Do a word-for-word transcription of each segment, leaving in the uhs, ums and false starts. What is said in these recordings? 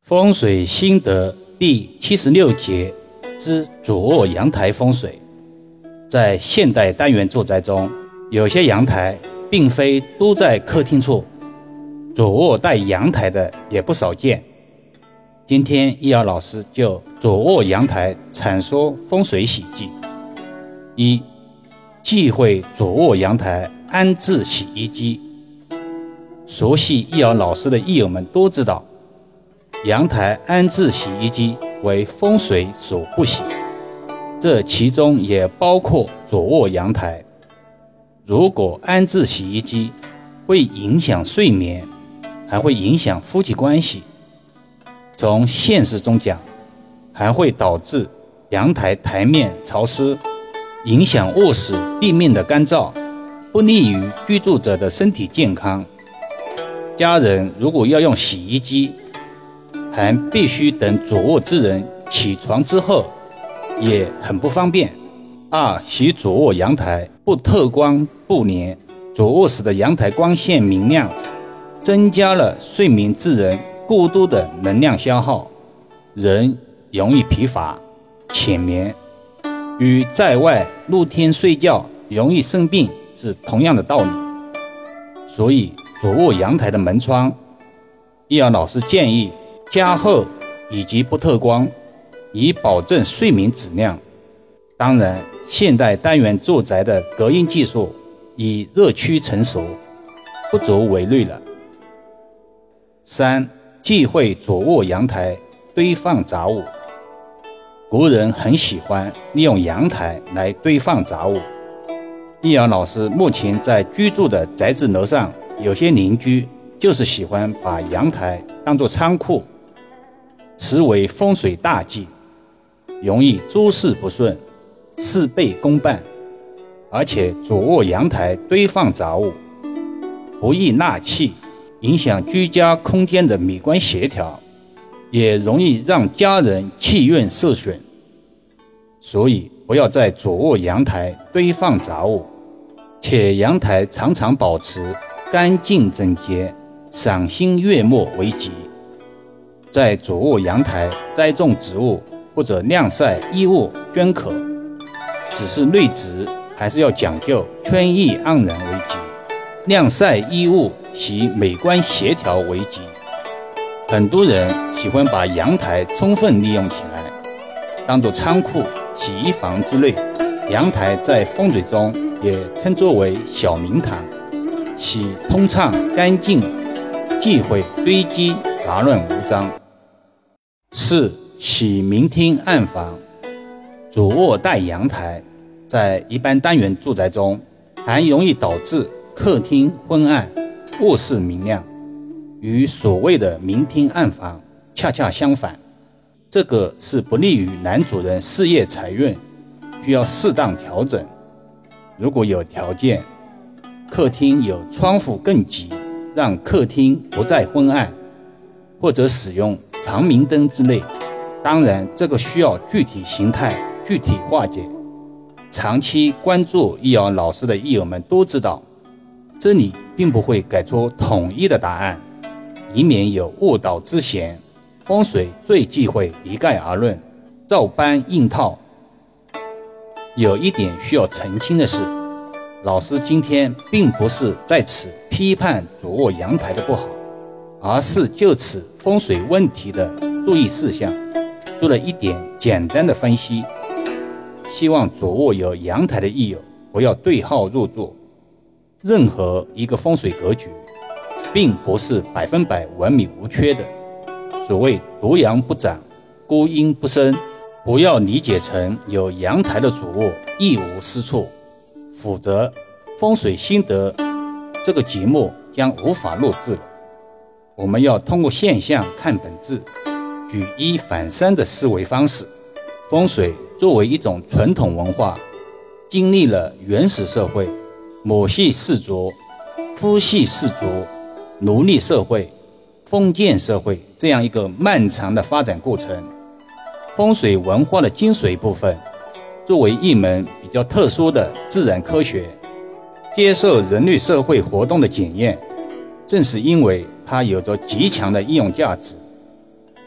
风水心得第七十六节之主卧阳台风水。在现代单元住宅中，有些阳台并非都在客厅处，主卧带阳台的也不少见。今天易遥老师就主卧阳台阐说风水喜忌。一、忌讳主卧阳台安置洗衣机。熟悉易遥老师的易友们都知道，阳台安置洗衣机为风水所不喜，这其中也包括主卧阳台。如果安置洗衣机，会影响睡眠，还会影响夫妻关系。从现实中讲，还会导致阳台台面潮湿，影响卧室地面的干燥，不利于居住者的身体健康。家人如果要用洗衣机，还必须等主卧之人起床之后，也很不方便。二、洗主卧阳台不透光不黏，主卧室的阳台光线明亮，增加了睡眠之人过多的能量消耗，人容易疲乏浅眠，与在外露天睡觉容易生病是同样的道理。所以主卧阳台的门窗，易遥老师建议加厚以及不透光，以保证睡眠质量。当然，现代单元住宅的隔音技术已日趋成熟，不足为虑了。三、忌讳主卧阳台堆放杂物。国人很喜欢利用阳台来堆放杂物。易遥老师目前在居住的宅子楼上，有些邻居就是喜欢把阳台当作仓库，实为风水大忌，容易诸事不顺，事倍功半。而且主卧阳台堆放杂物，不易纳气，影响居家空间的美观协调，也容易让家人气运受损。所以不要在主卧阳台堆放杂物，且阳台常常保持干净整洁，赏心悦目为吉。在主卧阳台栽种植物或者晾晒衣物均可，只是内植还是要讲究春意盎然为吉，晾晒衣物喜美观协调为吉。很多人喜欢把阳台充分利用起来，当作仓库、洗衣房之类。阳台在风水中也称作为小明堂，喜通畅干净，忌讳堆积杂乱无章。四、喜明厅暗房。主卧带阳台，在一般单元住宅中还容易导致客厅昏暗，卧室明亮，与所谓的明厅暗房恰恰相反。这个是不利于男主人事业财运，需要适当调整。如果有条件，客厅有窗户更吉，让客厅不再昏暗，或者使用长明灯之类。当然这个需要具体形态具体化解。长期关注易遥老师的易友们都知道，这里并不会给出统一的答案，以免有误导之嫌。风水最忌讳一概而论，照搬硬套。有一点需要澄清的是，老师今天并不是在此批判主卧阳台的不好，而是就此风水问题的注意事项做了一点简单的分析。希望主卧有阳台的易友不要对号入座。任何一个风水格局并不是百分百完美无缺的，所谓独阳不长，孤阴不生，不要理解成有阳台的主卧一无是处，否则风水心得这个节目将无法录制了。我们要通过现象看本质，举一反三的思维方式。风水作为一种传统文化，经历了原始社会、母系氏族、父系氏族、奴隶社会、封建社会这样一个漫长的发展过程。风水文化的精髓部分，作为一门比较特殊的自然科学，接受人类社会活动的检验。正是因为它有着极强的应用价值，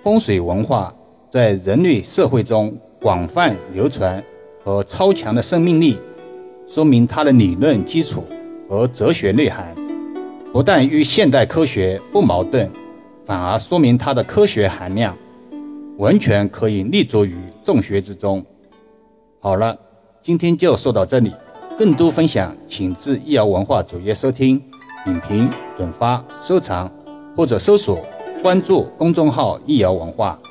风水文化在人类社会中广泛流传和超强的生命力，说明它的理论基础和哲学内涵不但与现代科学不矛盾，反而说明它的科学含量完全可以立足于众学之中。好了，今天就说到这里，更多分享请至医疗文化主页收听、点评、转发、收藏，或者搜索关注公众号医疗文化。